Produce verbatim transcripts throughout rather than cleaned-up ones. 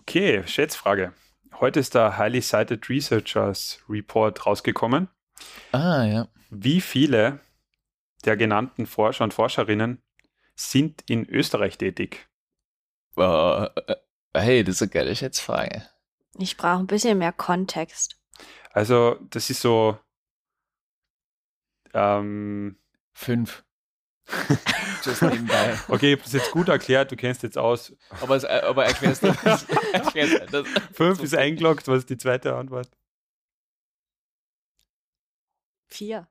Okay, Schätzfrage. Heute ist der Highly Cited Researchers Report rausgekommen. Ah, ja. Wie viele der genannten Forscher und Forscherinnen sind in Österreich tätig? Uh, hey, das ist eine geile Schätzfrage. Ich brauche ein bisschen mehr Kontext. Also, das ist so ähm, Fünf. Just nebenbei. okay, ich habe das jetzt gut erklärt, du kennst jetzt aus. Aber, es, aber erklärst du das? Erklärst das Fünf ist eingeloggt, was ist die zweite Antwort? Vier.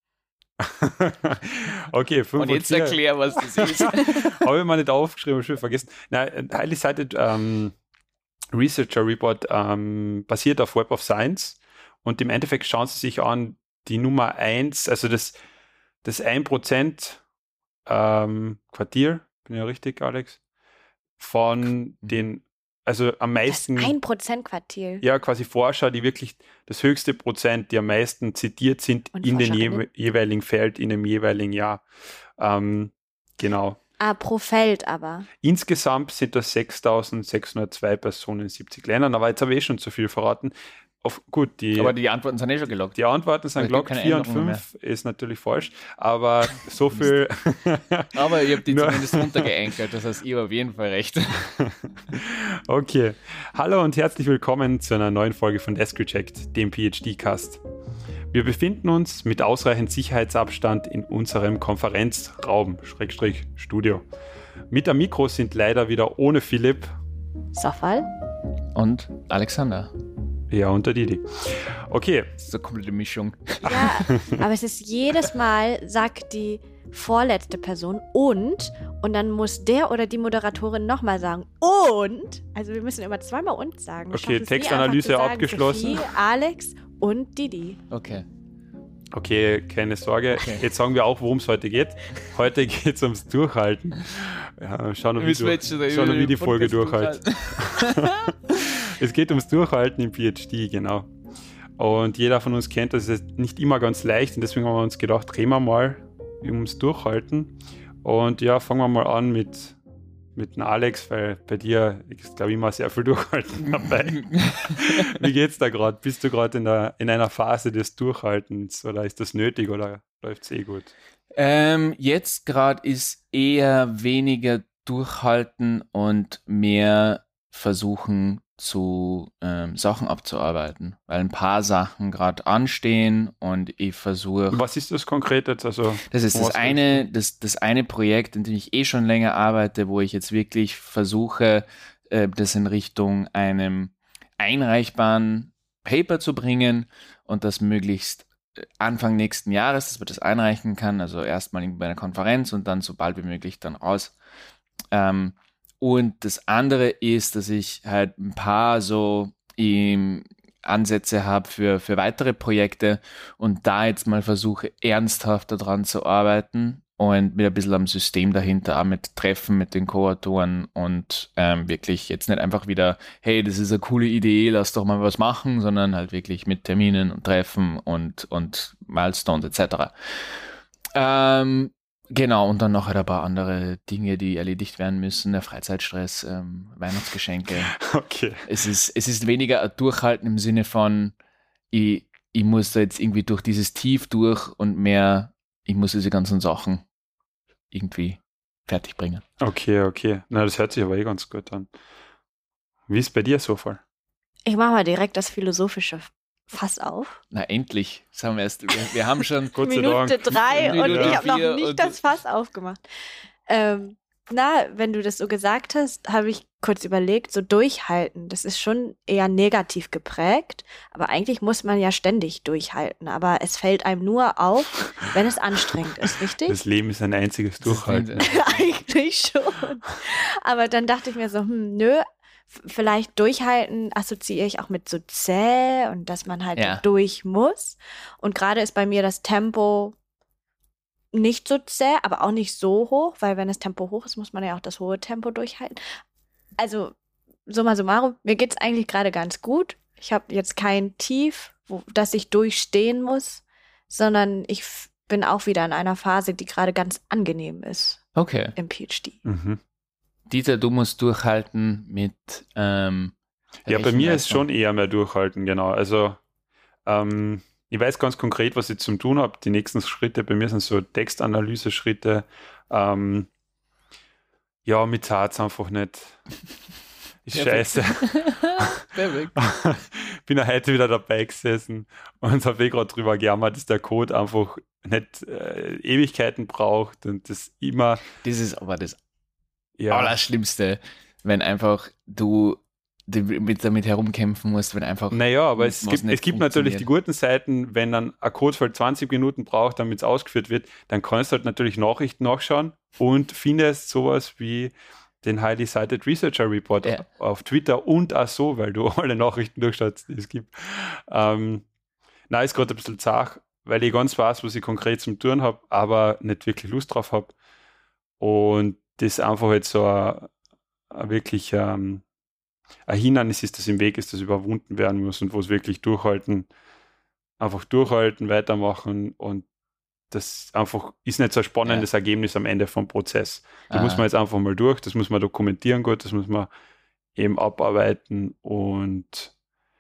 Okay, fünf und jetzt vier. erklär, was das ist. Habe ich mal nicht aufgeschrieben, schon vergessen. Nein, Highly Cited ähm, Researcher Report ähm, basiert auf Web of Science und im Endeffekt schauen sie sich an, die Nummer eins, also das, das ein Prozent ähm, Quartier, bin ich ja richtig, Alex, von den, also am meisten. Das ein Prozent Quartil. Ja, quasi Forscher, die wirklich das höchste Prozent, die am meisten zitiert sind Und in den je, Forscherinnen? jeweiligen Feld, in dem jeweiligen Jahr. Ähm, genau. Ah, pro Feld aber. Insgesamt sind das sechstausendsechshundertzwei Personen in siebzig Ländern, aber jetzt habe ich eh schon zu viel verraten. Auf, gut, die, Aber die Antworten sind eh schon gelockt. die Antworten sind Es gibt gelockt, keine vier und Änderungen fünf ist natürlich falsch, aber so viel. Aber ihr habt die Nur- zumindest runtergeankert, das heißt, ihr habt auf jeden Fall recht. Okay. Hallo und herzlich willkommen zu einer neuen Folge von Desk Reject, dem PhD-Cast. Wir befinden uns mit ausreichend Sicherheitsabstand in unserem Konferenzraum, Schrägstrich Studio. Mit am Mikro sind leider wieder ohne Philipp, Safal? Und Alexander. ja, und der Didi. Okay, Das ist eine komplette Mischung. Ja, aber es ist jedes Mal, sagt die vorletzte Person und und dann muss der oder die Moderatorin nochmal sagen und. Also wir müssen immer zweimal und sagen. Wir Okay, schaffen es nie Textanalyse einfach zu sagen, abgeschlossen. Sophie, Alex und Didi. Okay. okay, keine Sorge. Okay. Jetzt sagen wir auch, worum es heute geht. Heute geht es ums Durchhalten. Ja, schauen wir, wie, Müssen wir durch, jetzt schon schauen wir, wie die über Folge den durchhalten. Podcast Es geht ums Durchhalten im PhD, genau. Und jeder von uns kennt das, ist nicht immer ganz leicht und deswegen haben wir uns gedacht, reden wir mal ums Durchhalten. Und ja, fangen wir mal an mit, mit dem Alex, weil bei dir ist, glaube ich, immer sehr viel Durchhalten dabei. Wie geht's da gerade? Bist du gerade in, der- in einer Phase des Durchhaltens oder ist das nötig oder läuft's eh gut? Ähm, jetzt gerade ist eher weniger durchhalten und mehr versuchen zu ähm, Sachen abzuarbeiten, weil ein paar Sachen gerade anstehen und ich versuche. Was ist das konkret jetzt? Also, Das ist um das was eine, geht's? das, das eine Projekt, in dem ich eh schon länger arbeite, wo ich jetzt wirklich versuche, äh, das in Richtung einem einreichbaren Paper zu bringen und das möglichst äh, Anfang nächsten Jahres, dass man das einreichen kann, also erstmal bei einer Konferenz und dann so bald wie möglich dann raus. Ähm, und das andere ist, dass ich halt ein paar so ähm, Ansätze habe für, für weitere Projekte und da jetzt mal versuche, ernsthaft daran zu arbeiten und mit ein bisschen am System dahinter, auch mit Treffen mit den Co-Autoren und ähm, wirklich jetzt nicht einfach wieder, hey, das ist eine coole Idee, lass doch mal was machen, sondern halt wirklich mit Terminen und Treffen und, und Milestones et cetera. Ähm, Genau, und dann noch halt ein paar andere Dinge, die erledigt werden müssen, der Freizeitstress, ähm, Weihnachtsgeschenke. Okay. Es ist, es ist weniger ein Durchhalten im Sinne von, ich, ich muss da jetzt irgendwie durch dieses Tief durch und mehr, ich muss diese ganzen Sachen irgendwie fertig bringen. Okay, okay. Na, das hört sich aber eh ganz gut an. Wie ist bei dir so voll? Ich mache mal direkt das philosophische Fass auf. Na endlich, das haben wir erst, wir, wir haben schon Gott sei Minute Dank. drei und Minute ich habe vier noch nicht und- das Fass aufgemacht. Ähm, na, wenn du das so gesagt hast, habe ich kurz überlegt, so durchhalten, das ist schon eher negativ geprägt, aber eigentlich muss man ja ständig durchhalten, aber es fällt einem nur auf, wenn es anstrengend ist, richtig? Das Leben ist ein einziges Durchhalten. Eigentlich schon. Aber dann dachte ich mir so, hm, nö, f- vielleicht durchhalten assoziiere ich auch mit so zäh und dass man halt Ja. durch muss. Und gerade ist bei mir das Tempo nicht so zäh, aber auch nicht so hoch, weil wenn das Tempo hoch ist, muss man ja auch das hohe Tempo durchhalten. Also, summa summarum, mir geht's eigentlich gerade ganz gut. Ich habe jetzt kein Tief, wo, das ich durchstehen muss, sondern ich f- bin auch wieder in einer Phase, die gerade ganz angenehm ist Okay. im PhD. Mhm. Dieter, du musst durchhalten mit ähm, Ja, bei mir ist schon eher mehr durchhalten, genau. Also ähm, ich weiß ganz konkret, was ich zum tun habe. Die nächsten Schritte bei mir sind so Textanalyse-Schritte. Ähm, ja, mit Satz einfach nicht. Ist scheiße. Perfekt. Bin ja heute wieder dabei gesessen und habe eh gerade drüber gejammert, dass der Code einfach nicht äh, Ewigkeiten braucht und das immer. Das ist aber das Ja, Allerschlimmste, wenn einfach du die- mit, damit herumkämpfen musst, wenn einfach naja, aber es was gibt, nicht es gibt natürlich die funktioniert. guten Seiten, wenn dann ein Codefeld zwanzig Minuten braucht, damit es ausgeführt wird, dann kannst du halt natürlich Nachrichten nachschauen und findest sowas wie den Highly Cited Researcher Report Ja. auf Twitter und auch so, weil du alle Nachrichten durchschaust, die es gibt. Ähm, na, ist gerade ein bisschen zart, weil ich ganz weiß, was ich konkret zum Tun habe, aber nicht wirklich Lust drauf habe. Und das einfach jetzt so ein, ein wirklich ähm, ein Hindernis ist, das im Weg ist, das überwunden werden muss und wo es wirklich durchhalten, einfach durchhalten, weitermachen und das einfach ist nicht so ein spannendes Ja. Ergebnis am Ende vom Prozess. Da Ah. muss man jetzt einfach mal durch, das muss man dokumentieren gut, das muss man eben abarbeiten und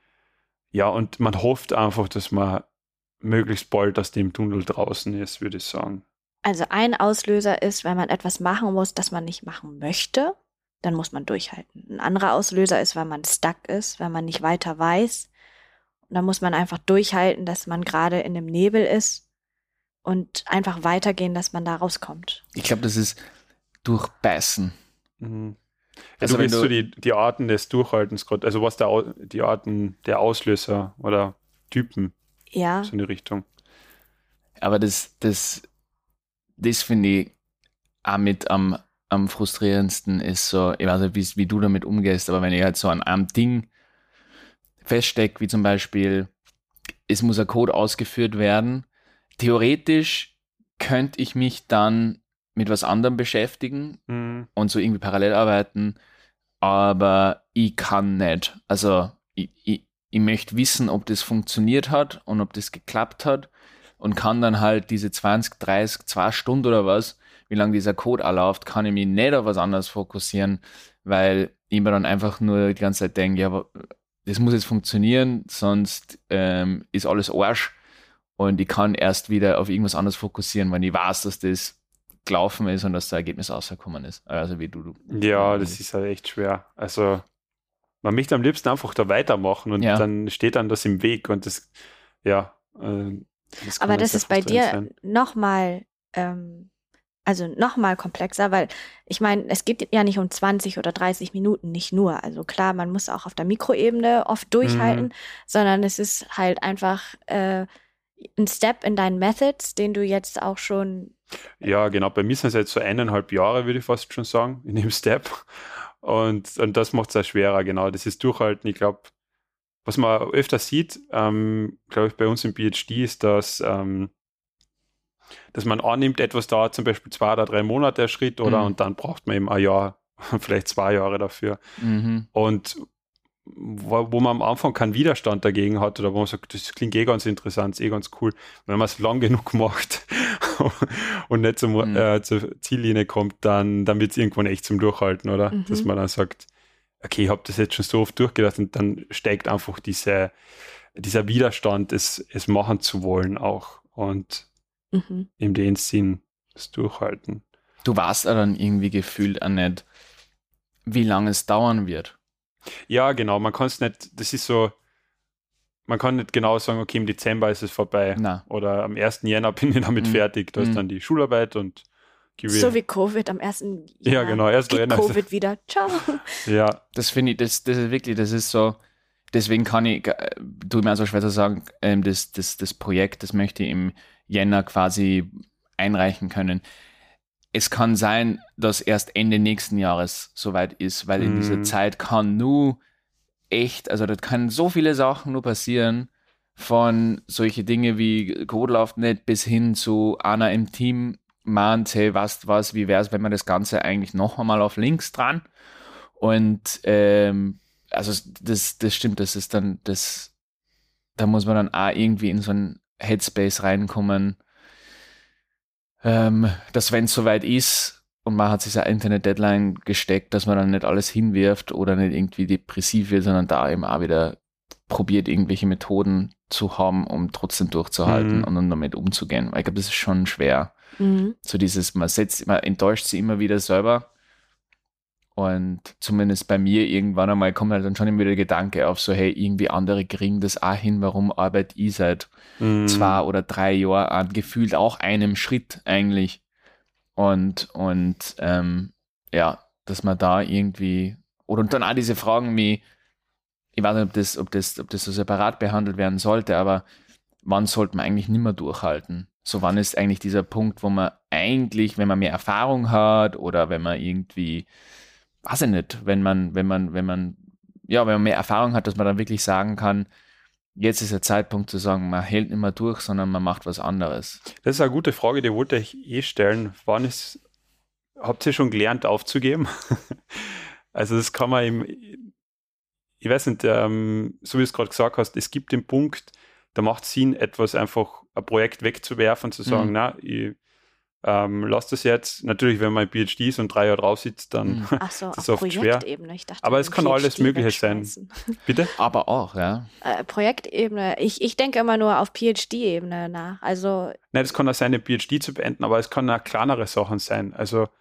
ja, und man hofft einfach, dass man möglichst bald aus dem Tunnel draußen ist, würde ich sagen. Also ein Auslöser ist, wenn man etwas machen muss, das man nicht machen möchte, dann muss man durchhalten. Ein anderer Auslöser ist, wenn man stuck ist, wenn man nicht weiter weiß. Und dann muss man einfach durchhalten, dass man gerade in dem Nebel ist und einfach weitergehen, dass man da rauskommt. Ich glaube, das ist Durchbeißen. Mhm. Ja, Also du wenn willst du- so die, die Arten des Durchhaltens gerade, also was der, Au- die Arten der Auslöser oder Typen, Ja, so in die Richtung. Aber das, das, das finde ich auch mit am, am frustrierendsten ist so, ich weiß nicht, wie, wie du damit umgehst, aber wenn ich halt so an einem Ding feststecke, wie zum Beispiel, es muss ein Code ausgeführt werden, theoretisch könnte ich mich dann mit was anderem beschäftigen Mhm. und so irgendwie parallel arbeiten, aber ich kann nicht. Also ich, ich, ich möchte wissen, ob das funktioniert hat und ob das geklappt hat und kann dann halt diese zwanzig, dreißig, zwei Stunden oder was, wie lange dieser Code auch läuft, kann ich mich nicht auf was anderes fokussieren, weil ich mir dann einfach nur die ganze Zeit denke, ja, aber das muss jetzt funktionieren, sonst ähm, ist alles Arsch und ich kann erst wieder auf irgendwas anderes fokussieren, wenn ich weiß, dass das gelaufen ist und dass das Ergebnis rausgekommen ist. Also wie du. du Ja, das ist halt echt schwer. Also man möchte am liebsten einfach da weitermachen und Ja. dann steht dann das im Weg und das, ja. Äh, das kann aber halt das sehr ist bei dir frustrierend sein. nochmal, ähm, also nochmal komplexer, weil ich meine, es geht ja nicht um zwanzig oder dreißig Minuten, nicht nur. Also klar, man muss auch auf der Mikroebene oft durchhalten, Mhm. sondern es ist halt einfach äh, ein Step in deinen Methods, den du jetzt auch schon, Ja, genau. Bei mir sind es jetzt so eineinhalb Jahre, würde ich fast schon sagen, in dem Step. Und, und das macht es auch schwerer, genau. Das ist Durchhalten. Ich glaube, was man öfter sieht, ähm, glaube ich, bei uns im PhD ist, dass, ähm, dass man annimmt, etwas dauert zum Beispiel zwei oder drei Monate der Schritt, oder? Mhm. Und dann braucht man eben ein Jahr, vielleicht zwei Jahre dafür. Mhm. Und wo, wo man am Anfang keinen Widerstand dagegen hat oder wo man sagt, das klingt eh ganz interessant, ist eh ganz cool, wenn man es lang genug macht und nicht zum, Mhm. äh, zur Ziellinie kommt, dann, dann wird es irgendwann echt zum Durchhalten, oder? Mhm. Dass man dann sagt, okay, ich habe das jetzt schon so oft durchgedacht und dann steigt einfach diese, dieser Widerstand, es, es machen zu wollen auch und mhm. in dem Sinn das Durchhalten. Du weißt ja dann irgendwie gefühlt auch nicht, wie lange es dauern wird. Ja, genau, man kann es nicht, das ist so, man kann nicht genau sagen, okay, im Dezember ist es vorbei Na. oder am ersten Jänner bin ich damit Mhm. fertig, da ist Mhm. dann die Schularbeit und gib So ich- wie Covid am ersten Ja, Jahr. genau, erster Geht Jänner ist- Covid wieder. Ciao. ja, Das finde ich, das, das ist wirklich, das ist so, deswegen kann ich, äh, tue mir also schwer zu sagen, ähm, das, das, das Projekt, das möchte ich im Jänner quasi einreichen können. Es kann sein, dass erst Ende nächsten Jahres soweit ist, weil in dieser Mhm. Zeit kann nur echt, also da kann so viele Sachen nur passieren, von solche Dinge wie Code läuft nicht bis hin zu einer im Team mahnt, hey, was, was, wie wäre es, wenn man das Ganze eigentlich noch einmal auf links dran? Und ähm, also das, das stimmt, das ist dann, das, da muss man dann auch irgendwie in so einen Headspace reinkommen, ähm, dass wenn es soweit ist und man hat sich eine Internet-Deadline gesteckt, dass man dann nicht alles hinwirft oder nicht irgendwie depressiv wird, sondern da eben auch wieder probiert, irgendwelche Methoden zu haben, um trotzdem durchzuhalten Mhm. und um damit umzugehen. Weil ich glaube, das ist schon schwer. Mhm. So dieses, man setzt, man enttäuscht sie immer wieder selber. Und zumindest bei mir irgendwann einmal kommt halt dann schon immer wieder der Gedanke auf, so hey, irgendwie andere kriegen das auch hin, warum arbeite ich seit Mhm. zwei oder drei Jahren an gefühlt auch einem Schritt eigentlich. Und, und ähm, ja, dass man da irgendwie, oder und dann auch diese Fragen wie, ich weiß nicht, ob das, ob das, ob das so separat behandelt werden sollte, aber wann sollte man eigentlich nicht mehr durchhalten? So, wann ist eigentlich dieser Punkt, wo man eigentlich, wenn man mehr Erfahrung hat oder wenn man irgendwie, weiß ich nicht, wenn man, wenn man, wenn man, ja, wenn man mehr Erfahrung hat, dass man dann wirklich sagen kann, jetzt ist der Zeitpunkt zu sagen, man hält nicht mehr durch, sondern man macht was anderes. Das ist eine gute Frage, die wollte ich eh stellen. Wann ist, habt ihr schon gelernt aufzugeben? Also das kann man im, ich weiß nicht, ähm, so wie du es gerade gesagt hast, es gibt den Punkt, da macht es Sinn, etwas einfach, ein Projekt wegzuwerfen, zu sagen, Mhm. na, ich ähm, lass das jetzt. Natürlich, wenn man ein PhD ist und drei Jahre drauf sitzt, dann Mhm. Ach so, das auf ist oft schwer. Projektebene. Ich dachte, Aber ein es kann alles PhD Mögliche sein. wegschmeißen. Bitte? Aber auch, ja. Äh, Projektebene. Ich, ich denke immer nur auf PhD-Ebene nach. Also, Nein, das kann auch sein, eine PhD zu beenden, aber es kann auch kleinere Sachen sein. Also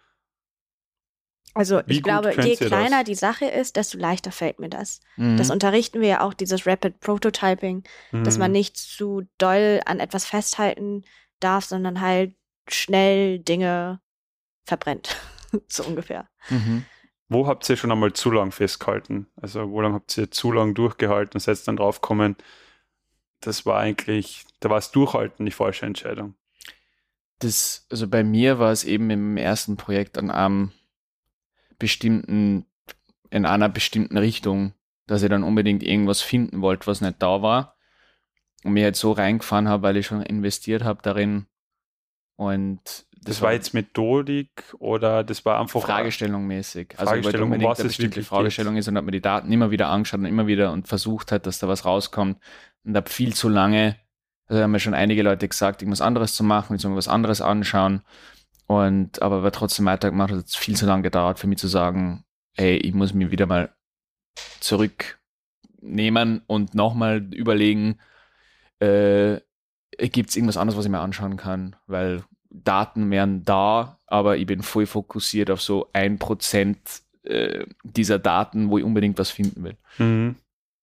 also Wie ich gut glaube, könnt je ihr kleiner das? die Sache ist, desto leichter fällt mir das. Mhm. Das unterrichten wir ja auch, dieses Rapid Prototyping, dass man mhm. nicht zu doll an etwas festhalten darf, sondern halt schnell Dinge verbrennt. So ungefähr. Mhm. Wo habt ihr schon einmal zu lang festgehalten? Also wo lange habt ihr zu lang durchgehalten und seid dann drauf gekommen, das war eigentlich, da war es Durchhalten die falsche Entscheidung. Das, also bei mir war es eben im ersten Projekt an einem bestimmten, in einer bestimmten Richtung, dass ich dann unbedingt irgendwas finden wollte, was nicht da war. Und mir jetzt so reingefahren habe, weil ich schon investiert habe darin. Und das, Das war jetzt Methodik oder das war einfach Fragestellung mäßig. Also weil Fragestellung, um unbedingt was eine es bestimmte wirklich Fragestellung ist und habe mir die Daten immer wieder angeschaut und immer wieder und versucht hat, dass da was rauskommt. Und habe viel zu lange, also haben mir schon einige Leute gesagt, irgendwas anderes zu machen, ich soll mir was anderes anschauen. Und aber war trotzdem weitergemacht, hat es viel zu lange gedauert für mich zu sagen, ey, ich muss mir wieder mal zurücknehmen und nochmal überlegen, äh, gibt es irgendwas anderes, was ich mir anschauen kann, weil Daten wären da, aber ich bin voll fokussiert auf so ein Prozent äh, dieser Daten, wo ich unbedingt was finden will. Mhm.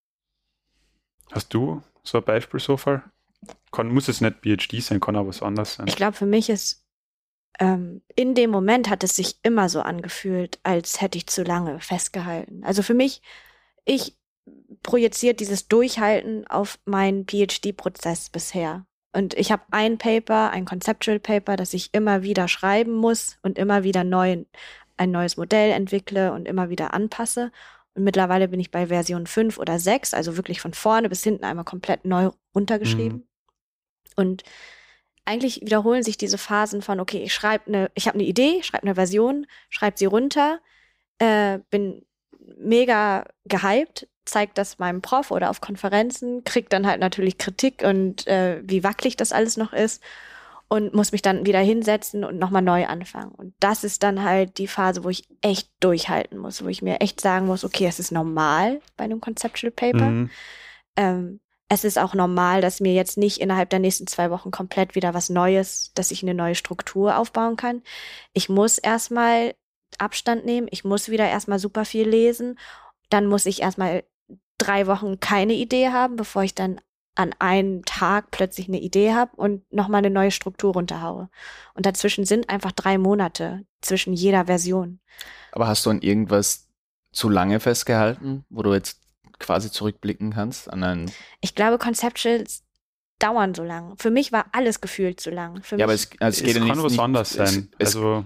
Hast du so ein Beispiel so Fall? Kann, muss es nicht PhD sein, kann auch was anderes sein. Ich glaube, für mich ist, ähm, in dem Moment hat es sich immer so angefühlt, als hätte ich zu lange festgehalten. Also für mich, ich projiziere dieses Durchhalten auf meinen PhD-Prozess bisher. Und ich habe ein Paper, ein Conceptual Paper, das ich immer wieder schreiben muss und immer wieder neu, ein neues Modell entwickle und immer wieder anpasse. Und mittlerweile bin ich bei Version fünf oder sechs, also wirklich von vorne bis hinten einmal komplett neu runtergeschrieben. Mhm. Und eigentlich wiederholen sich diese Phasen von, okay, ich schreibe eine, ich habe eine Idee, schreibe eine Version, schreibe sie runter, äh, bin mega gehypt, zeige das meinem Prof oder auf Konferenzen, krieg dann halt natürlich Kritik und äh, wie wackelig das alles noch ist und muss mich dann wieder hinsetzen und nochmal neu anfangen. Und das ist dann halt die Phase, wo ich echt durchhalten muss, wo ich mir echt sagen muss, okay, es ist normal bei einem Conceptual Paper. Mhm. Ähm, es ist auch normal, dass mir jetzt nicht innerhalb der nächsten zwei Wochen komplett wieder was Neues, dass ich eine neue Struktur aufbauen kann. Ich muss erstmal Abstand nehmen, ich muss wieder erstmal super viel lesen, dann muss ich erstmal drei Wochen keine Idee haben, bevor ich dann an einem Tag plötzlich eine Idee habe und nochmal eine neue Struktur runterhaue. Und dazwischen sind einfach drei Monate zwischen jeder Version. Aber hast du an irgendwas zu lange festgehalten, wo du jetzt quasi zurückblicken kannst an ein... Ich glaube, Conceptuals dauern so lang. Für mich war alles gefühlt zu lang. Für Ja, aber mich, es, also es Es geht ja kann nicht, was nicht, anderes sein. Es, es, also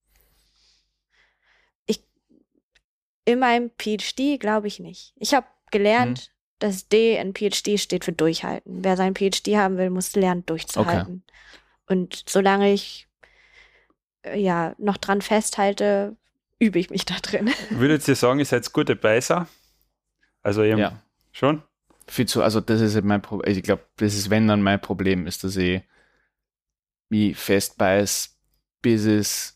in meinem PhD glaube ich nicht. Ich habe gelernt, hm. dass D in PhD steht für durchhalten. Wer seinen PhD haben will, muss lernen, durchzuhalten. Okay. Und solange ich äh, ja noch dran festhalte, übe ich mich da drin. Würdet ihr sagen, ihr seid gute Beißer? Also eben ja. Schon? Viel zu, also das ist mein Problem. Ich glaube, das ist, wenn dann mein Problem ist, dass ich mich festbeiß, bis es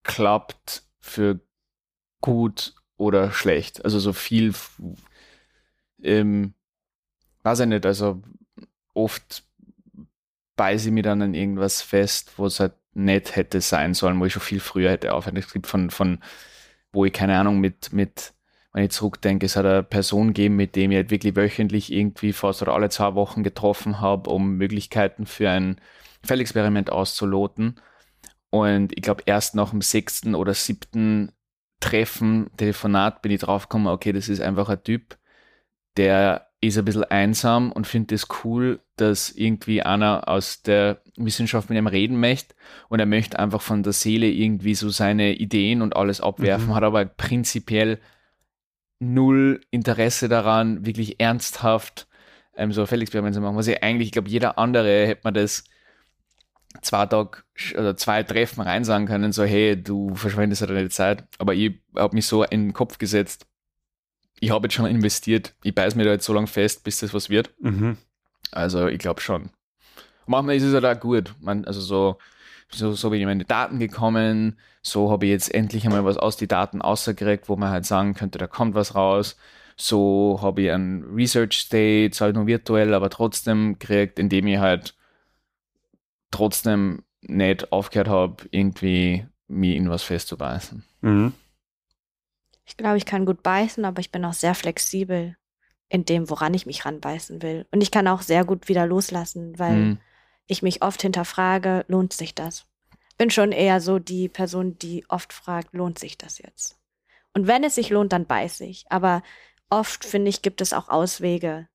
klappt für gut oder schlecht. Also so viel, ähm, weiß ich nicht, also oft beiße ich mich dann an irgendwas fest, wo es halt nicht hätte sein sollen, wo ich schon viel früher hätte aufhören. Es gibt von, von wo ich, keine Ahnung, mit, mit, wenn ich zurückdenke, es hat eine Person gegeben, mit dem ich halt wirklich wöchentlich irgendwie fast oder alle zwei Wochen getroffen habe, um Möglichkeiten für ein Feldexperiment auszuloten. Und ich glaube, erst nach dem sechsten oder siebten Treffen, Telefonat, bin ich draufgekommen, okay, das ist einfach ein Typ, der ist ein bisschen einsam und findet es cool, dass irgendwie einer aus der Wissenschaft mit ihm reden möchte und er möchte einfach von der Seele irgendwie so seine Ideen und alles abwerfen, mhm. hat aber prinzipiell null Interesse daran, wirklich ernsthaft ähm, so ein Feldexperiment zu machen, was ich eigentlich, ich glaube, jeder andere hätte man das zwei Tage oder zwei Treffen rein sagen können, so hey, du verschwendest ja deine Zeit, aber ich habe mich so in den Kopf gesetzt, ich habe jetzt schon investiert, ich beiß mir da jetzt so lange fest, bis das was wird. Mhm. Also ich glaube schon. Manchmal ist es halt auch gut. Man, also so, so, so bin ich in meine Daten gekommen, so habe ich jetzt endlich einmal was aus die Daten rausgekriegt, wo man halt sagen könnte, da kommt was raus. So habe ich einen Research State, halt nur virtuell, aber trotzdem gekriegt, indem ich halt trotzdem nicht aufgehört habe, irgendwie mich in was festzubeißen. Mhm. Ich glaube, ich kann gut beißen, aber ich bin auch sehr flexibel in dem, woran ich mich ranbeißen will. Und ich kann auch sehr gut wieder loslassen, weil mhm. ich mich oft hinterfrage, lohnt sich das? Bin schon eher so die Person, die oft fragt, lohnt sich das jetzt? Und wenn es sich lohnt, dann beiße ich. Aber oft, finde ich, gibt es auch Auswege,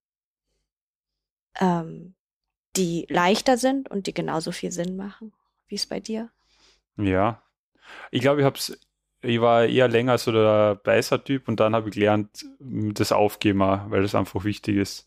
ähm, die leichter sind und die genauso viel Sinn machen. Wie ist es bei dir? Ja, ich glaube, ich habe es Ich war eher länger so der Beißer-Typ und dann habe ich gelernt, das Aufgeben, weil das einfach wichtig ist.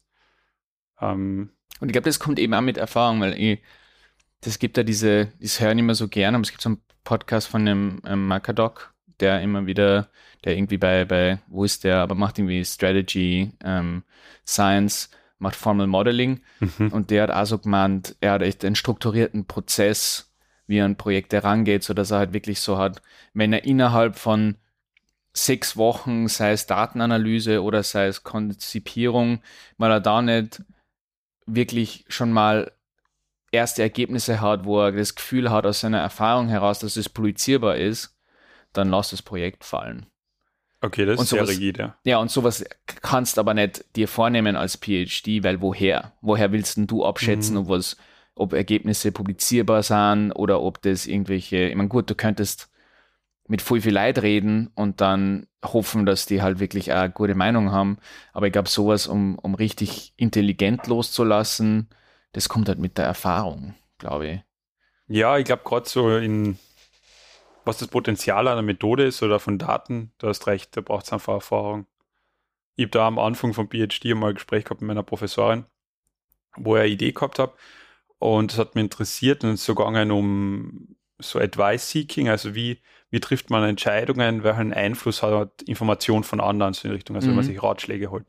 Ähm und ich glaube, das kommt eben auch mit Erfahrung, weil ich, das gibt ja diese, das hören immer so gern, aber es gibt so einen Podcast von einem, einem Macadoc, der immer wieder, der irgendwie bei, bei, wo ist der, aber macht irgendwie Strategy, ähm, Science, macht Formal Modeling mhm. und der hat auch so gemeint, er hat echt einen strukturierten Prozess, wie er an Projekte rangeht, sodass er halt wirklich so hat, wenn er innerhalb von sechs Wochen, sei es Datenanalyse oder sei es Konzipierung, weil er da nicht wirklich schon mal erste Ergebnisse hat, wo er das Gefühl hat aus seiner Erfahrung heraus, dass es projizierbar ist, dann lass das Projekt fallen. Okay, das und ist sowas, sehr rigide. Ja, und sowas kannst aber nicht dir vornehmen als PhD, weil woher? Woher willst denn du abschätzen, mhm. ob was ob Ergebnisse publizierbar sind oder ob das irgendwelche, ich meine, gut, du könntest mit voll viel Leid reden und dann hoffen, dass die halt wirklich eine gute Meinung haben, aber ich glaube, sowas, um, um richtig intelligent loszulassen, das kommt halt mit der Erfahrung, glaube ich. Ja, ich glaube, gerade so in, was das Potenzial einer Methode ist oder von Daten, du hast recht, da braucht es einfach Erfahrung. Ich habe da am Anfang vom PhD mal ein Gespräch gehabt mit meiner Professorin, wo ich eine Idee gehabt habe, und das hat mich interessiert und es ist so gegangen um so Advice-Seeking, also wie, wie trifft man Entscheidungen, welchen Einfluss hat Information von anderen so in Richtung, also mhm. wenn man sich Ratschläge holt.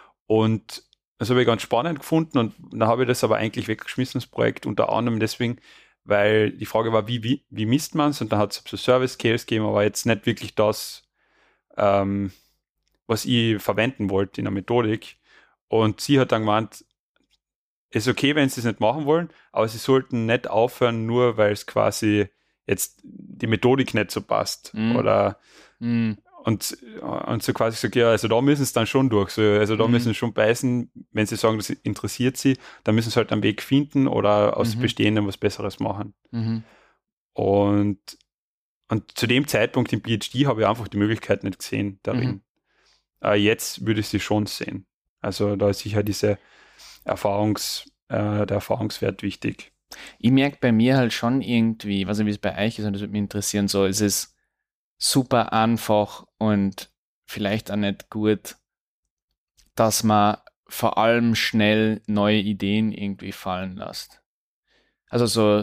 Und das habe ich ganz spannend gefunden und dann habe ich das aber eigentlich weggeschmissen, das Projekt, unter anderem deswegen, weil die Frage war, wie, wie, wie misst man es? Und dann hat es so Service-Scales gegeben, aber jetzt nicht wirklich das, ähm, was ich verwenden wollte in der Methodik. Und sie hat dann gemeint, ist okay, wenn sie es nicht machen wollen, aber sie sollten nicht aufhören, nur weil es quasi jetzt die Methodik nicht so passt. Mm. Oder mm. Und, und so quasi gesagt, ja, also da müssen sie dann schon durch. So, also da mm. müssen sie schon beißen, wenn sie sagen, das interessiert sie, dann müssen sie halt einen Weg finden oder aus mhm. Bestehenden was Besseres machen. Mhm. Und, und zu dem Zeitpunkt im PhD habe ich einfach die Möglichkeit nicht gesehen darin. Mhm. Äh, jetzt würde ich sie schon sehen. Also da ist sicher diese Erfahrungs, äh, der Erfahrungswert wichtig. Ich merke bei mir halt schon irgendwie, weiß nicht, wie es bei euch ist, und das würde mich interessieren, so es ist super einfach und vielleicht auch nicht gut, dass man vor allem schnell neue Ideen irgendwie fallen lässt. Also so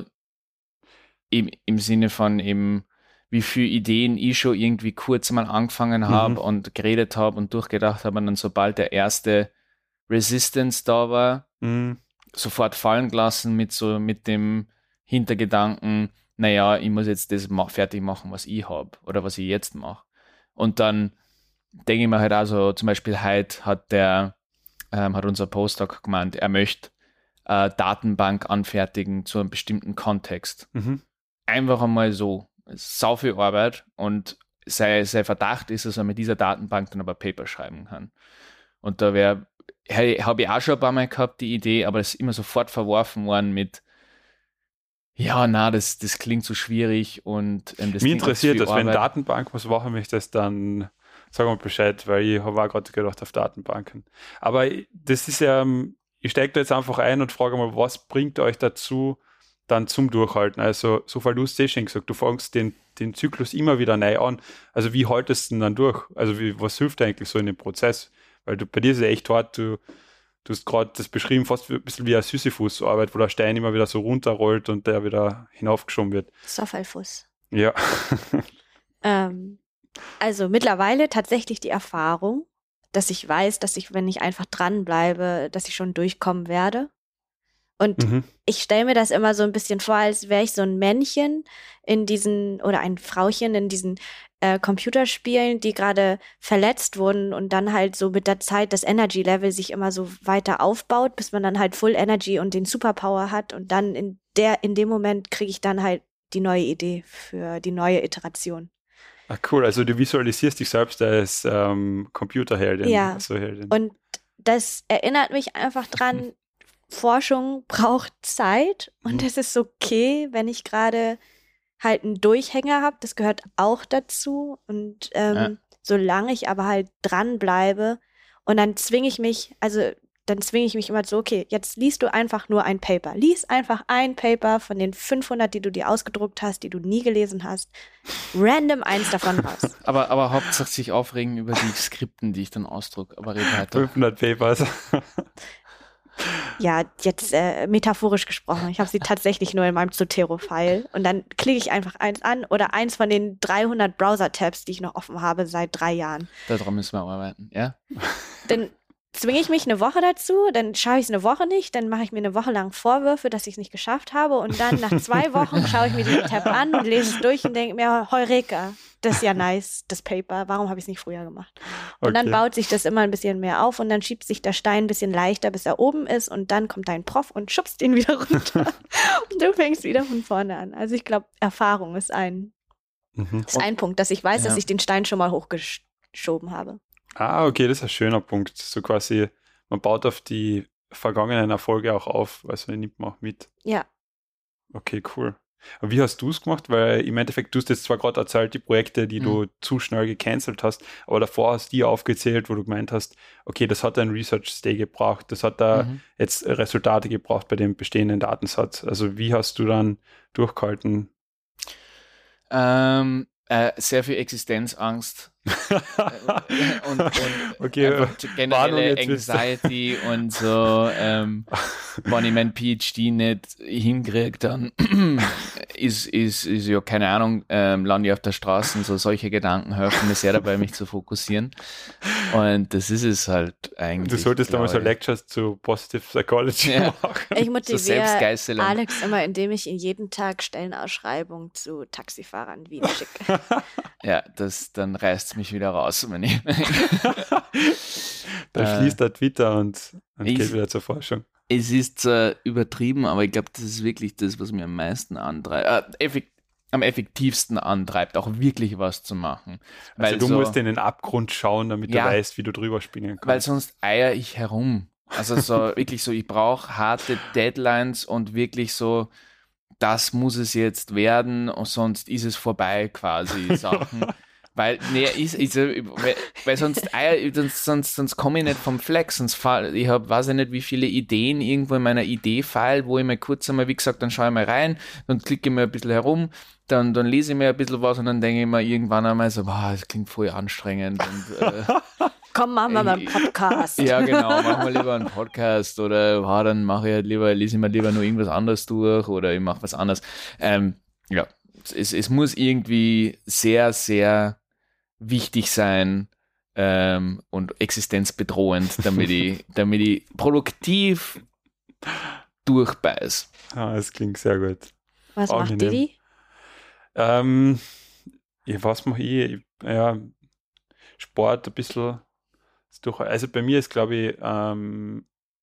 im, im Sinne von eben, wie viele Ideen ich schon irgendwie kurz mal angefangen habe mhm. und geredet habe und durchgedacht habe und dann sobald der erste Resistance da war, mhm. sofort fallen gelassen mit so mit dem Hintergedanken, naja, ich muss jetzt das ma- fertig machen, was ich habe oder was ich jetzt mache. Und dann denke ich mir halt auch so, zum Beispiel heute hat der, ähm, hat unser Postdoc gemeint, er möchte äh, Datenbank anfertigen zu einem bestimmten Kontext. Mhm. Einfach einmal so. Sau viel Arbeit und sein, sein Verdacht ist, dass er mit dieser Datenbank dann aber Paper schreiben kann. Und da wäre, habe ich auch schon ein paar Mal gehabt, die Idee, aber das ist immer sofort verworfen worden mit, ja, na, das, das klingt so schwierig und ähm, das Mich klingt interessiert zu viel das, wenn Arbeit. Datenbank was machen möchtest, dann sag mal Bescheid, weil ich habe auch gerade gedacht auf Datenbanken. Aber das ist ja, ich steige da jetzt einfach ein und frage mal, was bringt euch dazu, dann zum Durchhalten? Also, so viel du hast eh schon gesagt, du fängst den, den Zyklus immer wieder neu an. Also, wie haltest du denn dann durch? Also, wie, was hilft eigentlich so in dem Prozess? Weil du, bei dir ist es echt hart, du, du hast gerade das beschrieben, fast ein bisschen wie eine Sisyphus-Arbeit, wo der Stein immer wieder so runterrollt und der wieder hinaufgeschoben wird. Sofalfuss. Ja. Ähm, also mittlerweile tatsächlich die Erfahrung, dass ich weiß, dass ich, wenn ich einfach dranbleibe, dass ich schon durchkommen werde. Und Mhm. ich stelle mir das immer so ein bisschen vor, als wäre ich so ein Männchen in diesen, oder ein Frauchen in diesen äh, Computerspielen, die gerade verletzt wurden und dann halt so mit der Zeit das Energy-Level sich immer so weiter aufbaut, bis man dann halt Full Energy und den Superpower hat und dann in der, in dem Moment kriege ich dann halt die neue Idee für die neue Iteration. Ah, cool, also du visualisierst dich selbst als ähm, Computerheldin. Ja. Also Heldin. Und das erinnert mich einfach dran, Forschung braucht Zeit und Mhm. es ist okay, wenn ich gerade halt einen Durchhänger habe, das gehört auch dazu. Und ähm, Ja. solange ich aber halt dranbleibe und dann zwinge ich mich, also dann zwinge ich mich immer so, okay, jetzt liest du einfach nur ein Paper. Lies einfach ein Paper von den fünfhundert, die du dir ausgedruckt hast, die du nie gelesen hast. Random eins davon raus. Aber, aber hauptsächlich sich aufregen über die Skripten, die ich dann ausdrucke. Aber red weiter. fünfhundert Papers. Ja, jetzt äh, metaphorisch gesprochen. Ich habe sie tatsächlich nur in meinem Zotero-File. Und dann klicke ich einfach eins an oder eins von den dreihundert Browser-Tabs, die ich noch offen habe seit drei Jahren. Daran müssen wir arbeiten, ja? Dann zwinge ich mich eine Woche dazu, dann schaue ich es eine Woche nicht, dann mache ich mir eine Woche lang Vorwürfe, dass ich es nicht geschafft habe und dann nach zwei Wochen schaue ich mir diesen Tab an und lese es durch und denke mir, Heureka, das ist ja nice, das Paper, warum habe ich es nicht früher gemacht? Und dann Okay. baut sich das immer ein bisschen mehr auf und dann schiebt sich der Stein ein bisschen leichter, bis er oben ist und dann kommt dein Prof und schubst ihn wieder runter und du fängst wieder von vorne an. Also ich glaube, Erfahrung ist ein, Mhm. ist ein Punkt, dass ich weiß, Ja. dass ich den Stein schon mal hochgeschoben habe. Ah, okay, das ist ein schöner Punkt. So quasi, man baut auf die vergangenen Erfolge auch auf, also nimmt man auch mit. Ja. Okay, cool. Aber wie hast du es gemacht? Weil im Endeffekt, du hast jetzt zwar gerade erzählt, die Projekte, die Mhm. du zu schnell gecancelt hast, aber davor hast du die aufgezählt, wo du gemeint hast, okay, das hat einen Research Stay gebraucht, das hat da Mhm. jetzt Resultate gebraucht bei dem bestehenden Datensatz. Also wie hast du dann durchgehalten? Ähm, äh, sehr viel Existenzangst. Äh, und, und Okay, einfach Warnung, generelle jetzt wird's- Anxiety und so, ähm, wenn ich mein PhD nicht hinkriege, dann ist, ist, ist ja, keine Ahnung, ähm, lande ich auf der Straße und so solche Gedanken helfen mir sehr dabei, mich zu fokussieren. Und das ist es halt eigentlich. Du solltest einmal so glaub ich. Lectures zu Positive Psychology Ja. machen. Ich So motiviere Selbstgeißelung. Alex immer, indem ich ihn jeden Tag Stellenausschreibungen zu Taxifahrern in Wien schicke. Ja, das, dann reißt es mich wieder raus. Wenn ich, Da Äh, schließt er Twitter und, und ich- geht wieder zur Forschung. es ist zwar übertrieben, aber ich glaube, das ist wirklich das, was mir am meisten antreibt, äh, effekt, am effektivsten antreibt, auch wirklich was zu machen. Also Weil du so, musst in den Abgrund schauen, damit Ja. du weißt, wie du drüber springen weil kannst. sonst eier ich herum. Also so wirklich so, ich brauche harte Deadlines und wirklich so, das muss es jetzt werden und sonst ist es vorbei quasi Sachen. Weil, nee, ist, ist, weil, weil sonst, eier- sonst, sonst, sonst komme ich nicht vom Flex, sonst fall, ich habe, weiß ich nicht, wie viele Ideen irgendwo in meiner Idee-File, wo ich mal kurz einmal, wie gesagt, dann schaue ich mal rein, dann klicke ich mir ein bisschen herum, dann, dann lese ich mir ein bisschen was und dann denke ich mir irgendwann einmal so, wow, das klingt voll anstrengend und, äh, Komm, machen wir mal einen Podcast. ja, genau, machen wir lieber einen Podcast oder wow, dann mache ich halt lieber, lese ich mir lieber nur irgendwas anderes durch oder ich mache was anderes. Ähm, ja, es, es muss irgendwie sehr, sehr wichtig sein ähm, und existenzbedrohend, damit ich, damit ich produktiv durchbeiß. Ah, das klingt sehr gut. Was macht Angenehm. Didi? Ähm, ja, was mache ich? ich? Ja, Sport ein bisschen. Durch, also bei mir ist, glaube ich, ähm,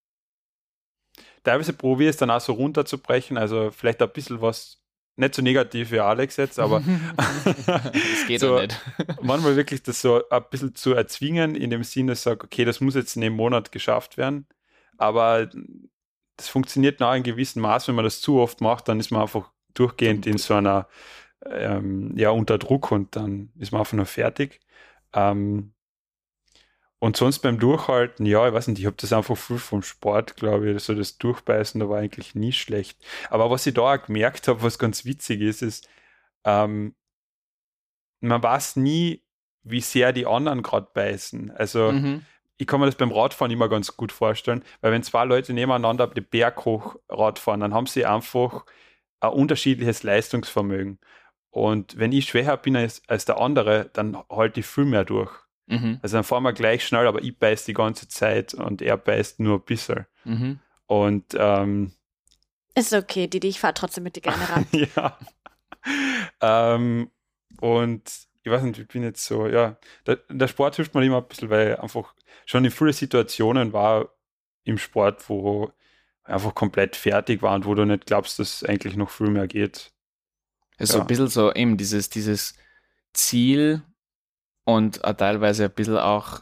teilweise probiere ich es dann auch so runterzubrechen, also vielleicht ein bisschen was, nicht so negativ wie Alex jetzt, aber das geht so ja nicht. manchmal wirklich das so ein bisschen zu erzwingen, in dem Sinne, dass ich sage, okay, das muss jetzt in einem Monat geschafft werden, aber das funktioniert nach einem gewissen Maß, wenn man das zu oft macht, dann ist man einfach durchgehend in so einer, ähm, ja, unter Druck und dann ist man einfach nur fertig. Ähm, Und sonst beim Durchhalten, ja, ich weiß nicht, ich habe das einfach viel vom Sport, glaube ich, so das Durchbeißen, da war eigentlich nie schlecht. Aber was ich da auch gemerkt habe, was ganz witzig ist, ist, ähm, man weiß nie, wie sehr die anderen gerade beißen. Also Mhm. ich kann mir das beim Radfahren immer ganz gut vorstellen, weil wenn zwei Leute nebeneinander den Berg hoch Rad fahren, dann haben sie einfach ein unterschiedliches Leistungsvermögen. Und wenn ich schwächer bin als, als der andere, dann halte ich viel mehr durch. Mhm. Also dann fahren wir gleich schnell, aber ich beiß die ganze Zeit und er beißt nur ein bisschen. Mhm. Und ähm, Ist okay, Didi, ich fahre trotzdem mit dir gerne ran. ja. ähm, und ich weiß nicht, ich bin jetzt so, ja, der, der Sport hilft mir immer ein bisschen, weil einfach schon in vielen Situationen war im Sport, wo einfach komplett fertig war und wo du nicht glaubst, dass eigentlich noch viel mehr geht. Also Ja. ein bisschen so eben dieses, dieses Ziel und auch teilweise ein bisschen auch,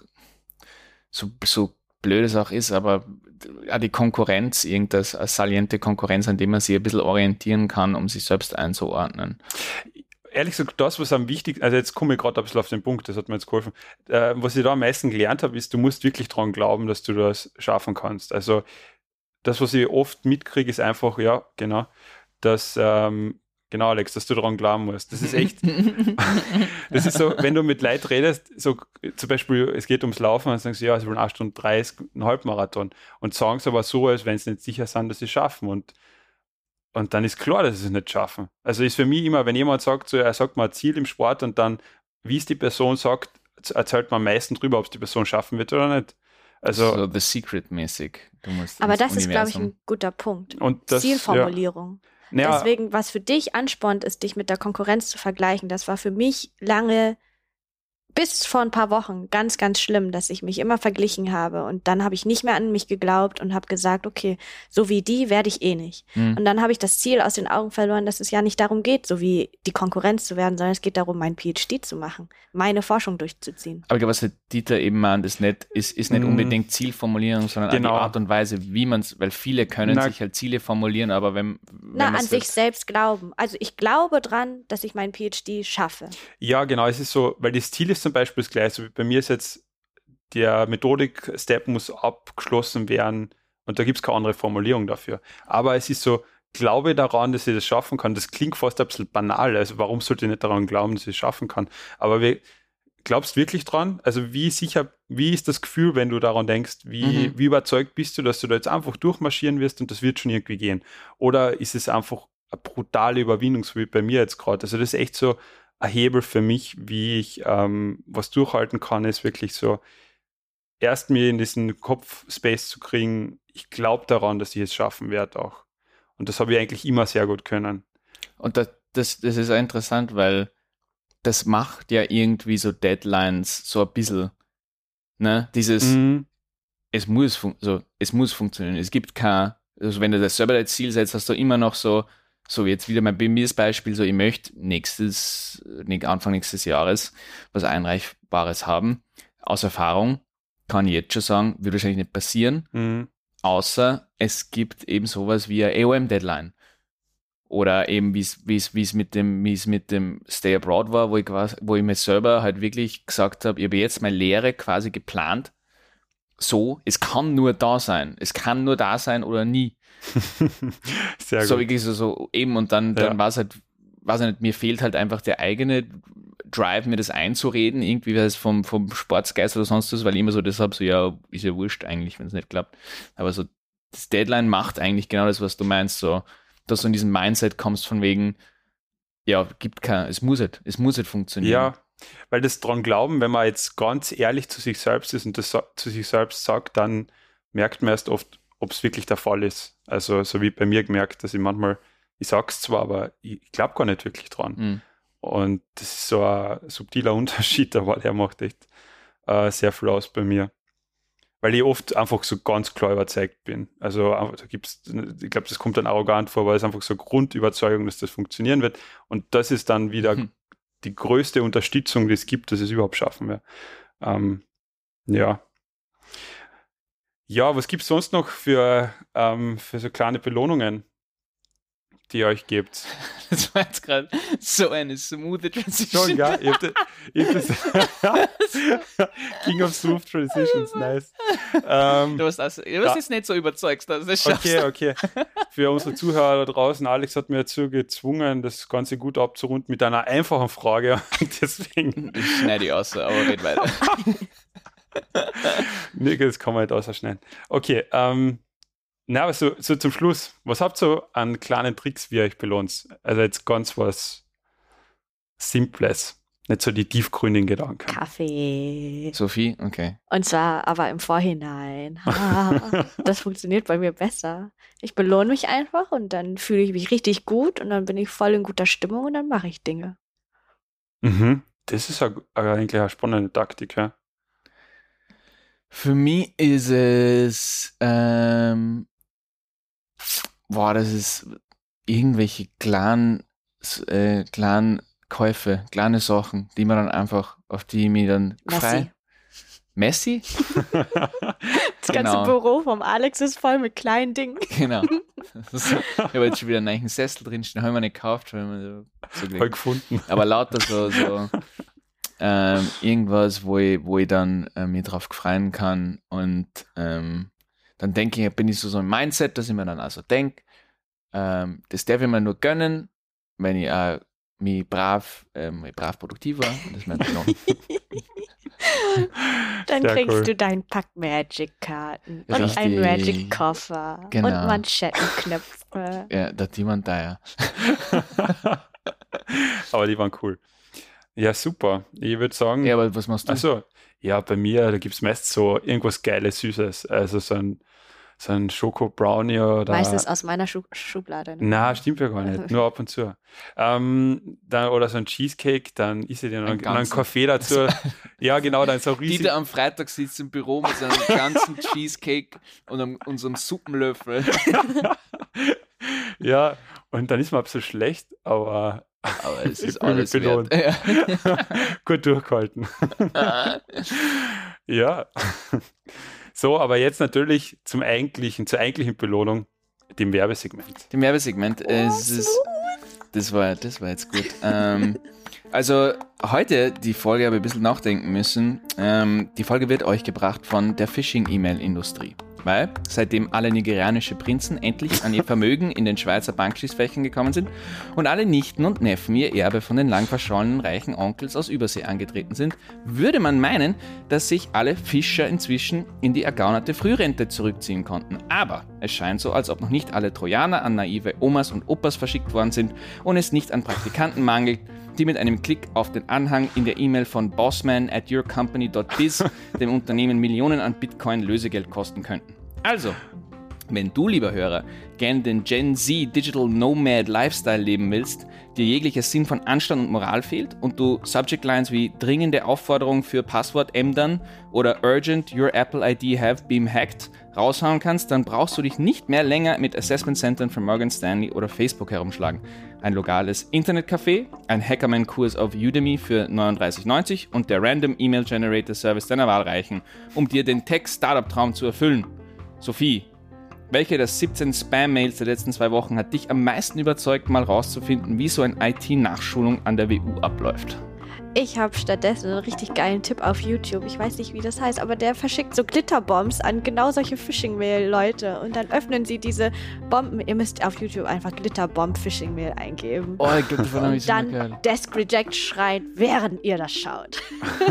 so, so blöd es auch ist, aber auch die Konkurrenz, irgendeine saliente Konkurrenz, an dem man sich ein bisschen orientieren kann, um sich selbst einzuordnen. Ehrlich gesagt, das, was am wichtigsten, also jetzt komme ich gerade ein bisschen auf den Punkt, das hat mir jetzt geholfen. Äh, was ich da am meisten gelernt habe, ist, du musst wirklich dran glauben, dass du das schaffen kannst. Also das, was ich oft mitkriege, ist einfach, ja, genau, dass, ähm, genau, Alex, dass du daran glauben musst. Das ist echt, das ist so, wenn du mit Leuten redest, so zum Beispiel, es geht ums Laufen, dann sagen sie, ja, es wollen acht Stunden dreißig, ein Halbmarathon. Und sagen es aber so, als wenn sie nicht sicher sind, dass sie es schaffen. Und, und dann ist klar, dass sie es nicht schaffen. Also ist für mich immer, wenn jemand sagt, so, er sagt mal ein Ziel im Sport und dann, wie es die Person sagt, erzählt man am meisten drüber, ob es die Person schaffen wird oder nicht. Also, so The Secret-mäßig. Du musst Aber ins das ist, glaube ich, Universum. ein guter Punkt. und das, Zielformulierung. Ja, ja, Deswegen, was für dich anspornt ist, dich mit der Konkurrenz zu vergleichen, das war für mich lange, bis vor ein paar Wochen, ganz, ganz schlimm, dass ich mich immer verglichen habe. Und dann habe ich nicht mehr an mich geglaubt und habe gesagt, okay, so wie die werde ich eh nicht. Hm. Und dann habe ich das Ziel aus den Augen verloren, dass es ja nicht darum geht, so wie die Konkurrenz zu werden, sondern es geht darum, mein PhD zu machen, meine Forschung durchzuziehen. Aber ich glaube, was der Dieter eben meint, ist nicht, ist, ist nicht Mm. unbedingt Zielformulierung, sondern auch Genau. die Art und Weise, wie man es, weil viele können Na- sich halt Ziele formulieren, aber wenn, wenn Na, an man's sich jetzt- selbst glauben. Also ich glaube dran, dass ich meinen PhD schaffe. Ja, genau, es ist so, weil das Ziel ist zum Beispiel das gleiche. So wie bei mir ist jetzt, der Methodik-Step muss abgeschlossen werden und da gibt es keine andere Formulierung dafür. Aber es ist so, glaube daran, dass ich das schaffen kann. Das klingt fast ein bisschen banal. Also warum sollte ich nicht daran glauben, dass ich es schaffen kann? Aber wie, glaubst du wirklich dran? Also wie sicher, wie ist das Gefühl, wenn du daran denkst? Wie, Mhm. wie überzeugt bist du, dass du da jetzt einfach durchmarschieren wirst und das wird schon irgendwie gehen? Oder ist es einfach eine brutale Überwindung, so wie bei mir jetzt gerade? Also das ist echt so ein Hebel für mich, wie ich ähm, was durchhalten kann, ist wirklich so, erst mir in diesen Kopfspace zu kriegen, ich glaube daran, dass ich es schaffen werde auch. Und das habe ich eigentlich immer sehr gut können. Und das, das, das ist auch interessant, weil das macht ja irgendwie so Deadlines so ein bisschen, ne, dieses, Mhm. es muss, fun so, es muss funktionieren. Es gibt kein, also wenn du das selber als Ziel setzt, hast du immer noch so, so jetzt wieder mein bei mir das Beispiel, so ich möchte nächstes, ne- Anfang nächstes Jahres was Einreichbares haben. Aus Erfahrung kann ich jetzt schon sagen, wird wahrscheinlich nicht passieren, Mhm. außer es gibt eben sowas wie eine A O M-Deadline. Oder eben wie es wie es wie es mit dem wie es mit dem Stay Abroad war, wo ich quasi, wo ich mir selber halt wirklich gesagt habe, ich habe jetzt meine Lehre quasi geplant. So, es kann nur da sein. Es kann nur da sein oder nie. Sehr So gut. wirklich so, so eben und dann, dann Ja. war es halt, weiß ich nicht, mir fehlt halt einfach der eigene Drive, mir das einzureden, irgendwie weil es vom, vom Sportsgeist oder sonst was, weil ich immer so deshalb so, ja, ist ja wurscht eigentlich, wenn es nicht klappt. Aber so, das Deadline macht eigentlich genau das, was du meinst, so, dass du in diesen Mindset kommst von wegen, ja, gibt kein, es muss halt, es muss halt funktionieren. Ja, weil das dran glauben, wenn man jetzt ganz ehrlich zu sich selbst ist und das sa- zu sich selbst sagt, dann merkt man erst oft, ob es wirklich der Fall ist. Also so wie bei mir gemerkt, dass ich manchmal, ich sag's zwar, aber ich, ich glaube gar nicht wirklich dran. Mhm. Und das ist so ein subtiler Unterschied, aber der macht echt äh, sehr viel aus bei mir. Weil ich oft einfach so ganz klar überzeugt bin. Also da gibt's, ich glaube, das kommt dann arrogant vor, weil es einfach so Grundüberzeugung, dass das funktionieren wird. Und das ist dann wieder hm. die größte Unterstützung, die es gibt, dass es überhaupt schaffen wir. Ähm, ja. Ja, was gibt es sonst noch für, ähm, für so kleine Belohnungen, die ihr euch gebt? Das war jetzt gerade so eine smooth Transition. Schon, ja, ich hab das, ich hab das King of Smooth Transitions, nice. Ähm, du hast, das, du hast jetzt nicht so überzeugt, dass du das schaffst. Okay, okay. Für unsere Zuhörer da draußen, Alex hat mir dazu gezwungen, das Ganze gut abzurunden mit einer einfachen Frage. Deswegen. Ich schneide die aus, aber red weiter. Nee, das kann man nicht ausschneiden. Okay, ähm, na, aber so, so zum Schluss, was habt ihr so an kleinen Tricks, wie ihr euch belohnt? Also jetzt ganz was Simples, nicht so die tiefgründigen Gedanken. Kaffee. Sophie, okay. Und zwar aber im Vorhinein. Das funktioniert bei mir besser. Ich belohne mich einfach und dann fühle ich mich richtig gut und dann bin ich voll in guter Stimmung und dann mache ich Dinge. Mhm. Das ist a, a, eigentlich eine spannende Taktik, ja. Für mich ist es, ähm, boah, das ist irgendwelche kleinen, äh, kleinen Käufe, kleine Sachen, die man dann einfach, auf die ich mich dann frei. Messi? Das ganze genau. Büro vom Alex ist voll mit kleinen Dingen. Genau. Ich habe jetzt schon wieder einen neuen Sessel drinstehen, habe ich mir nicht gekauft, weil man so, so voll gefunden. Aber lauter so, so ähm, irgendwas, wo ich, wo ich dann äh, mich drauf freuen kann und ähm, dann denke ich, bin ich so, so im Mindset, dass ich mir dann also denke, ähm, das darf ich mir nur gönnen, wenn ich auch mich brav, ähm, brav produktiv war. Das merkt man noch. Dann Sehr kriegst cool. du deinen Pack Magic-Karten und Richtig. einen Magic-Koffer genau. und Manschettenknöpfe. Ja, da die waren da, ja. Aber die waren cool. Ja, super. Ich würde sagen... Ja, aber was machst du? Achso, ja, bei mir, da gibt es meist so irgendwas Geiles, Süßes. Also so ein, so ein Schoko-Brownie oder... Meistens aus meiner Schub- Schublade. Ne? Na, stimmt ja gar nicht. Nur ab und zu. Ähm, dann, oder so ein Cheesecake, dann isst ihr den einen, einen Kaffee dazu. Ja, genau, dann so riesig... Dieter am Freitag sitzt im Büro mit seinem ganzen Cheesecake und einem, unserem Suppenlöffel. Ja, und dann ist man so schlecht, aber... Aber es ist alles wert. Ja. Gut durchgehalten. Ja. So, aber jetzt natürlich zum eigentlichen, zur eigentlichen Belohnung, dem Werbesegment. Dem Werbesegment, oh, es ist, das war, das war jetzt gut. ähm, also heute, die Folge habe ich ein bisschen nachdenken müssen. Ähm, die Folge wird euch gebracht von der Phishing-E-Mail-Industrie. Weil, seitdem alle nigerianische Prinzen endlich an ihr Vermögen in den Schweizer Bankschließfächern gekommen sind und alle Nichten und Neffen ihr Erbe von den lang verschollenen reichen Onkels aus Übersee angetreten sind, würde man meinen, dass sich alle Fischer inzwischen in die ergaunerte Frührente zurückziehen konnten. Aber es scheint so, als ob noch nicht alle Trojaner an naive Omas und Opas verschickt worden sind und es nicht an Praktikanten mangelt, die mit einem Klick auf den Anhang in der E-Mail von bossman at yourcompany dot biz dem Unternehmen Millionen an Bitcoin Lösegeld kosten könnten. Also, wenn du, lieber Hörer, gern den Gen Z Digital Nomad Lifestyle leben willst, dir jeglicher Sinn von Anstand und Moral fehlt und du Subject Lines wie dringende Aufforderung für Passwort ändern oder urgent your Apple I D have been hacked raushauen kannst, dann brauchst du dich nicht mehr länger mit Assessment Centern von Morgan Stanley oder Facebook herumschlagen. Ein lokales Internetcafé, ein Hackerman-Kurs auf Udemy für neununddreißig neunzig und der Random Email Generator Service deiner Wahl reichen, um dir den Tech-Startup-Traum zu erfüllen. Sophie, welche der siebzehn Spam-Mails der letzten zwei Wochen hat dich am meisten überzeugt, mal rauszufinden, wie so eine I T-Nachschulung an der W U abläuft? Ich habe stattdessen einen richtig geilen Tipp auf YouTube. Ich weiß nicht, wie das heißt, aber der verschickt so Glitterbombs an genau solche Phishing-Mail-Leute. Und dann öffnen sie diese Bomben. Ihr müsst auf YouTube einfach Glitterbomb-Phishing-Mail eingeben. Oh, ich glaube, das war Und dann geil. Desk Reject schreien, während ihr das schaut.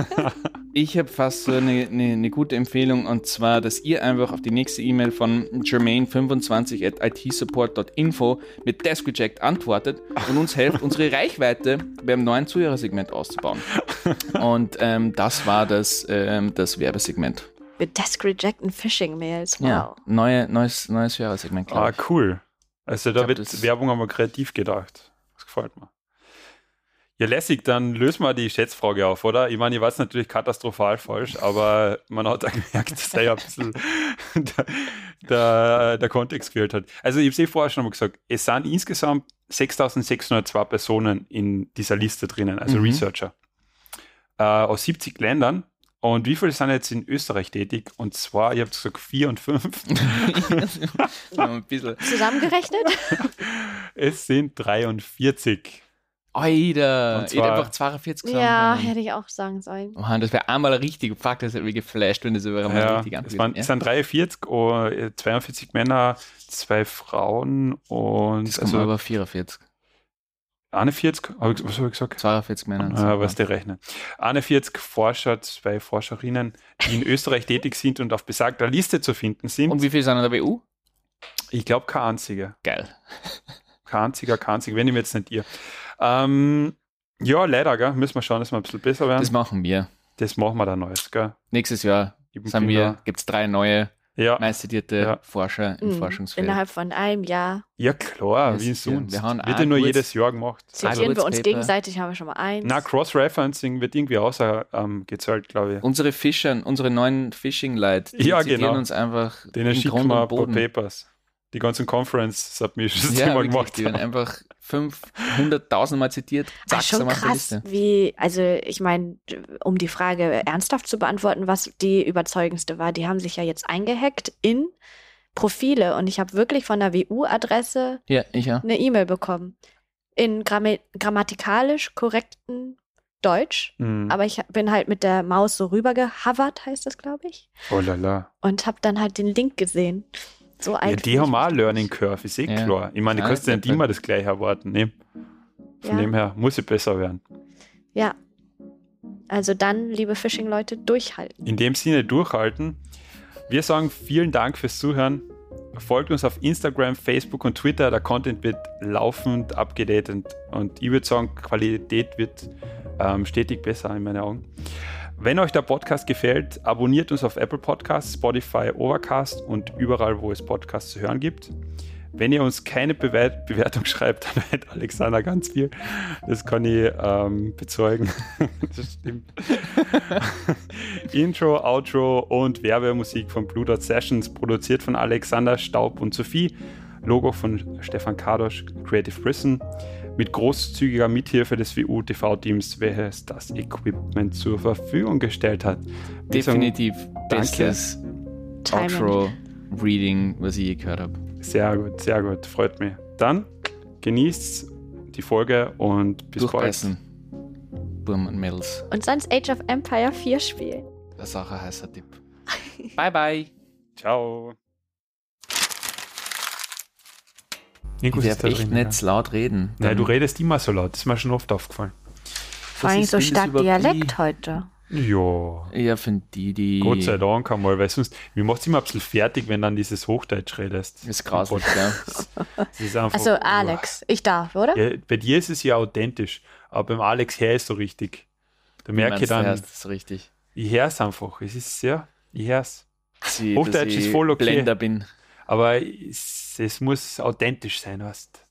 Ich habe fast so eine, eine, eine gute Empfehlung, und zwar, dass ihr einfach auf die nächste E-Mail von Jermaine fünfundzwanzig at I T support dot info mit Desk Reject antwortet und uns helft, unsere Reichweite beim neuen Zuhörersegment auszubauen. Und ähm, das war das, ähm, das Werbesegment. Mit Desk Reject und Phishing-Mails, wow. Ja, neue, neues, neues Werbesegment, glaube ich. Ah, cool. Also da glaub, wird Werbung aber kreativ gedacht. Das gefällt mir. Ja, lässig, dann lösen wir die Schätzfrage auf, oder? Ich meine, ich weiß natürlich katastrophal falsch, aber man hat auch gemerkt, dass da ja ein bisschen der, der, der Kontext gefehlt hat. Also ich habe es eh vorher schon mal gesagt, es sind insgesamt sechstausendsechshundertzwei Personen in dieser Liste drinnen, also Mhm. Researcher, äh, aus siebzig Ländern. Und wie viele sind jetzt in Österreich tätig? Und zwar, ihr habt gesagt, vier und fünf. Ein bisschen. Zusammengerechnet? Es sind dreiundvierzig. Alter, Und ich zwar- hätte einfach zweiundvierzig sagen Ja, können. hätte ich auch sagen sollen. Oh, das wäre einmal richtig. Fuck, das hätte mich geflasht, wenn das über einmal Ja, richtig es, angewiesen waren, es sind dreiundvierzig, oh, zweiundvierzig Männer, zwei Frauen und Das kommt also aber vierundvierzig. einundvierzig, hab ich- was habe ich gesagt? zweiundvierzig Männer. Ah, was der rechnen. einundvierzig Forscher, zwei Forscherinnen, die in Österreich tätig sind und auf besagter Liste zu finden sind. Und wie viele sind in der W U? Ich glaube, kein einziger. Geil. Kein einziger, kein einziger, wenn ich mir jetzt nicht ihr. Ähm, ja, leider, gell? Müssen wir schauen, dass wir ein bisschen besser werden. Das Das, machen wir. machen wir dann Neues, gell? Nächstes Jahr Eben sind genau. wir, gibt es drei neue, Ja, meistzitierte Ja. Forscher im Mhm. Forschungsfeld. Innerhalb von einem Jahr ja klar, Das- wie ja, sonst. wir haben Wird auch ja nur kurz- jedes Jahr gemacht. Ah, zitieren wir uns Kurzpaper. gegenseitig, haben wir schon mal eins. Na, Cross-Referencing wird irgendwie außer ähm, gezahlt, glaube ich. Unsere Fischer, unsere neuen Phishing-Leute, die Ja, zitieren genau. uns einfach Denen in schicken Grund wir und ein paar Boden. Papers. Die ganzen Conference-Submissions, die Ja, wir wirklich, gemacht die werden haben. einfach fünfhunderttausend Mal zitiert. Ah, Zack, schon sind wir auf der krass, Liste. wie, also ich meine, um die Frage ernsthaft zu beantworten, was die überzeugendste war, die haben sich ja jetzt eingehackt in Profile und ich habe wirklich von der W U-Adresse Ja, ich ja. eine E-Mail bekommen. In gramm grammatikalisch korrekten Deutsch, Mhm. aber ich bin halt mit der Maus so rübergehovert, heißt das, glaube ich, Oh la la. und habe dann halt den Link gesehen. So Ja, einfach. die haben auch Learning Curve, ist eh Ja. klar. Ich meine, du Ja, kannst ja nicht das- immer das gleiche erwarten. Ne? Von Ja. dem her muss ich besser werden. Ja. Also dann, liebe Phishing-Leute, durchhalten. In dem Sinne durchhalten. Wir sagen vielen Dank fürs Zuhören. Folgt uns auf Instagram, Facebook und Twitter. Der Content wird laufend abgedatet und ich würde sagen, Qualität wird ähm, stetig besser in meinen Augen. Wenn euch der Podcast gefällt, abonniert uns auf Apple Podcasts, Spotify, Overcast und überall, wo es Podcasts zu hören gibt. Wenn ihr uns keine Bewer- Bewertung schreibt, dann hat Alexander ganz viel. Das kann ich ähm, bezeugen. Das stimmt. Intro, Outro und Werbemusik von Blue Dot Sessions, produziert von Alexander Staub und Sophie. Logo von Stefan Kadosch, Creative Prison. Mit großzügiger Mithilfe des W U-T V-Teams, welches das Equipment zur Verfügung gestellt hat. Wir sagen Definitiv bestes Timing. Outro-Reading, was ich je gehört habe. Sehr gut, sehr gut, freut mich. Dann genießt die Folge und bis Durchbeißen. Burm und Mädels. Und sonst Age of Empire vier spielen. Das ist auch ein heißer Tipp. Bye, bye. bald. Ciao. Ich darf echt nicht so laut reden. Nein, du redest immer so laut, das ist mir schon oft aufgefallen. Vor allem ist- so wenn das stark überhaupt Dialekt heute. Ja, Ja, für die, die. Gott sei Dank einmal, weil sonst, mir macht es immer ein bisschen fertig, wenn dann dieses Hochdeutsch redest. Das ist grauslich, ja. Das ist einfach, Also Alex, ich darf, oder? Ja, bei dir ist es ja authentisch, aber beim Alex her ist so richtig. Da merke ich Meinst du, dann, hörst das richtig. ich höre es einfach. Es ist ja, ich höre es. Sie, Hochdeutsch dass ich ist voll okay. Blender bin. Aber es, es muss authentisch sein, weißt.